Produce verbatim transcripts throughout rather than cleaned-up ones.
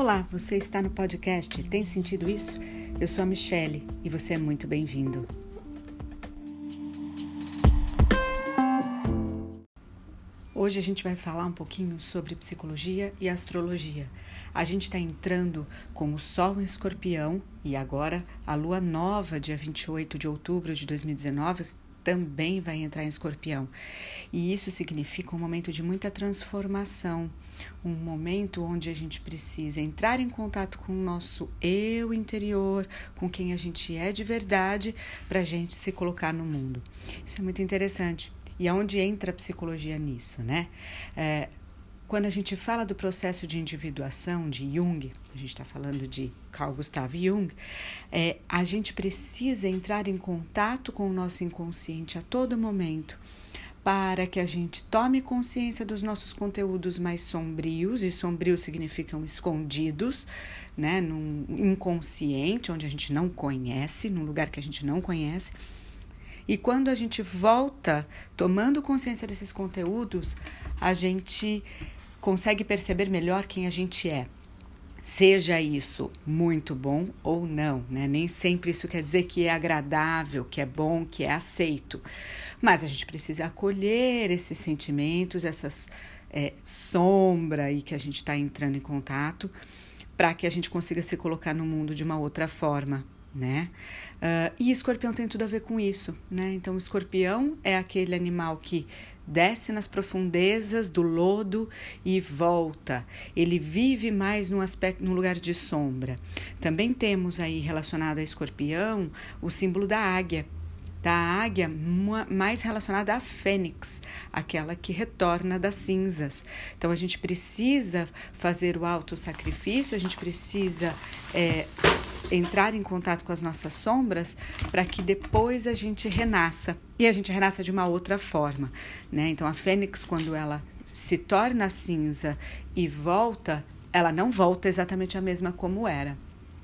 Olá, você está no podcast Tem Sentido Isso? Eu sou a Michele e você é muito bem-vindo. Hoje a gente vai falar um pouquinho sobre psicologia e astrologia. A gente está entrando com o Sol em Escorpião e agora a Lua Nova, dia vinte e oito de outubro de dois mil e dezenove, também vai entrar em Escorpião. E isso significa um momento de muita transformação, um momento onde a gente precisa entrar em contato com o nosso eu interior, com quem a gente é de verdade, para a gente se colocar no mundo. Isso é muito interessante. E aonde entra a psicologia nisso, né? É, quando a gente fala do processo de individuação de Jung, a gente está falando de Carl Gustav Jung, é, a gente precisa entrar em contato com o nosso inconsciente a todo momento, para que a gente tome consciência dos nossos conteúdos mais sombrios, e sombrios significam escondidos, né, num inconsciente, onde a gente não conhece, num lugar que a gente não conhece. E quando a gente volta, tomando consciência desses conteúdos, a gente consegue perceber melhor quem a gente é. Seja isso muito bom ou não, né? Nem sempre isso quer dizer que é agradável, que é bom, que é aceito. Mas a gente precisa acolher esses sentimentos, essas é, sombra aí que a gente está entrando em contato, para que a gente consiga se colocar no mundo de uma outra forma, né? Uh, e escorpião tem tudo a ver com isso, né? Então, o escorpião é aquele animal que desce nas profundezas do lodo e volta. Ele vive mais num aspecto, num lugar de sombra. Também temos aí relacionado a escorpião o símbolo da águia. Da águia mais relacionada à fênix, aquela que retorna das cinzas. Então, a gente precisa fazer o autossacrifício, a gente precisa é, entrar em contato com as nossas sombras para que depois a gente renasça. E a gente renasça de uma outra forma, né? Então, a fênix, quando ela se torna cinza e volta, ela não volta exatamente a mesma como era.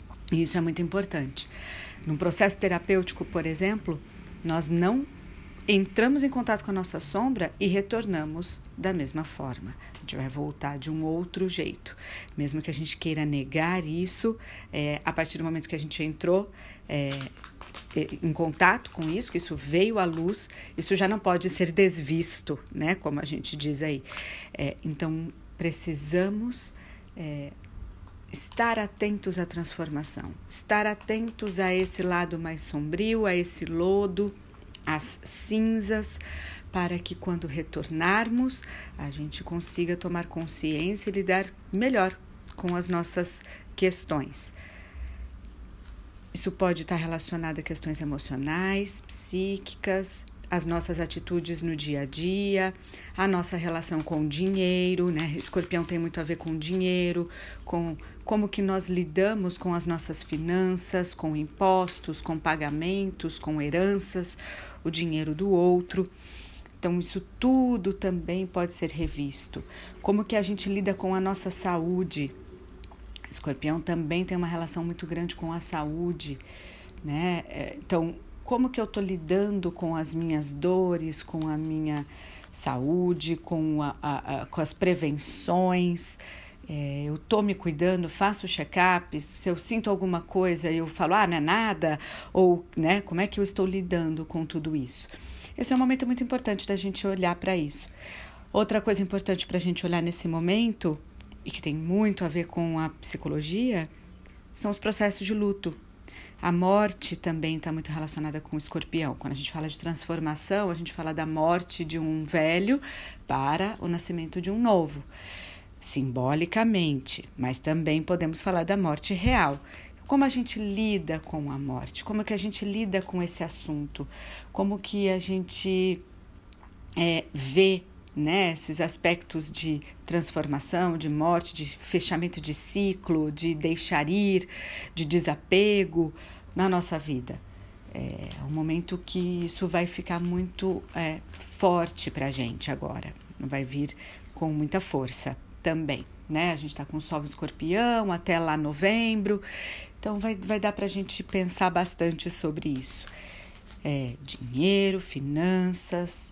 E isso é muito importante. Num processo terapêutico, por exemplo, nós não entramos em contato com a nossa sombra e retornamos da mesma forma. A gente vai voltar de um outro jeito. Mesmo que a gente queira negar isso, é, a partir do momento que a gente entrou é, em contato com isso, que isso veio à luz, isso já não pode ser desvisto, né? Como a gente diz aí. É, então, precisamos é, estar atentos à transformação, estar atentos a esse lado mais sombrio, a esse lodo, às cinzas, para que quando retornarmos, a gente consiga tomar consciência e lidar melhor com as nossas questões. Isso pode estar relacionado a questões emocionais, psíquicas, as nossas atitudes no dia a dia, a nossa relação com o dinheiro, né? Escorpião tem muito a ver com dinheiro, com como que nós lidamos com as nossas finanças, com impostos, com pagamentos, com heranças, o dinheiro do outro. Então, isso tudo também pode ser revisto. Como que a gente lida com a nossa saúde? Escorpião também tem uma relação muito grande com a saúde, né? Então, como que eu estou lidando com as minhas dores, com a minha saúde, com, a, a, a, com as prevenções? É, eu estou me cuidando, faço check-up, se eu sinto alguma coisa, eu falo, ah, não é nada? Ou, né, como é que eu estou lidando com tudo isso? Esse é um momento muito importante da gente olhar para isso. Outra coisa importante para a gente olhar nesse momento, e que tem muito a ver com a psicologia, são os processos de luto. A morte também está muito relacionada com o escorpião. Quando a gente fala de transformação, a gente fala da morte de um velho para o nascimento de um novo, simbolicamente, mas também podemos falar da morte real. Como a gente lida com a morte? Como que a gente lida com esse assunto? Como que a gente é, vê, né, esses aspectos de transformação, de morte, de fechamento de ciclo, de deixar ir, de desapego na nossa vida? É um momento que isso vai ficar muito é, forte para a gente agora, vai vir com muita força também, né? A gente está com o Sol em Escorpião até lá novembro, então vai, vai dar para a gente pensar bastante sobre isso. É, dinheiro, finanças,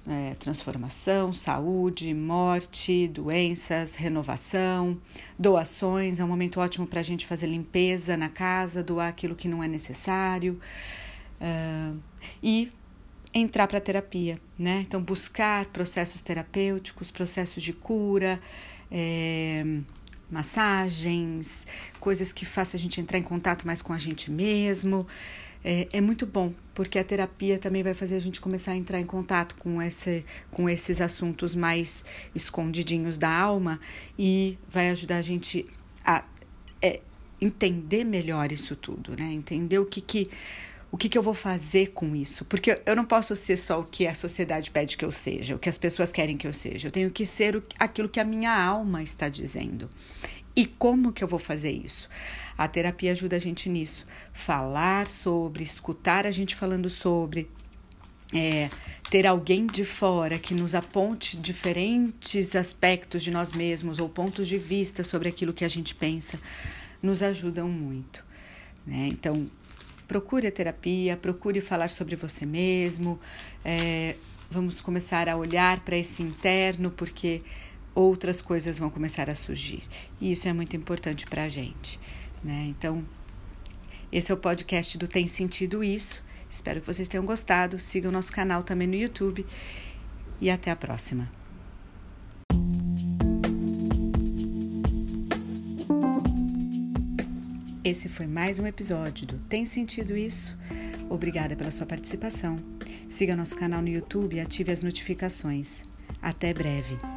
É, transformação, saúde, morte, doenças, renovação, doações. É um momento ótimo para a gente fazer limpeza na casa, doar aquilo que não é necessário uh, e entrar para a terapia, né? Então, buscar processos terapêuticos, processos de cura, é, massagens, coisas que façam a gente entrar em contato mais com a gente mesmo. É, é muito bom, porque a terapia também vai fazer a gente começar a entrar em contato com, esse, com esses assuntos mais escondidinhos da alma e vai ajudar a gente a é, entender melhor isso tudo, né? Entender o que que, o que que eu vou fazer com isso. Porque eu não posso ser só o que a sociedade pede que eu seja, o que as pessoas querem que eu seja. Eu tenho que ser o, aquilo que a minha alma está dizendo. E como que eu vou fazer isso? A terapia ajuda a gente nisso. Falar sobre, escutar a gente falando sobre, é, ter alguém de fora que nos aponte diferentes aspectos de nós mesmos ou pontos de vista sobre aquilo que a gente pensa, nos ajudam muito, né? Então, procure a terapia, procure falar sobre você mesmo, é, vamos começar a olhar para esse interno, porque outras coisas vão começar a surgir. E isso é muito importante para a gente, né? Então, esse é o podcast do Tem Sentido Isso. Espero que vocês tenham gostado. Sigam o nosso canal também no YouTube. E até a próxima. Esse foi mais um episódio do Tem Sentido Isso? Obrigada pela sua participação. Siga nosso canal no YouTube e ative as notificações. Até breve.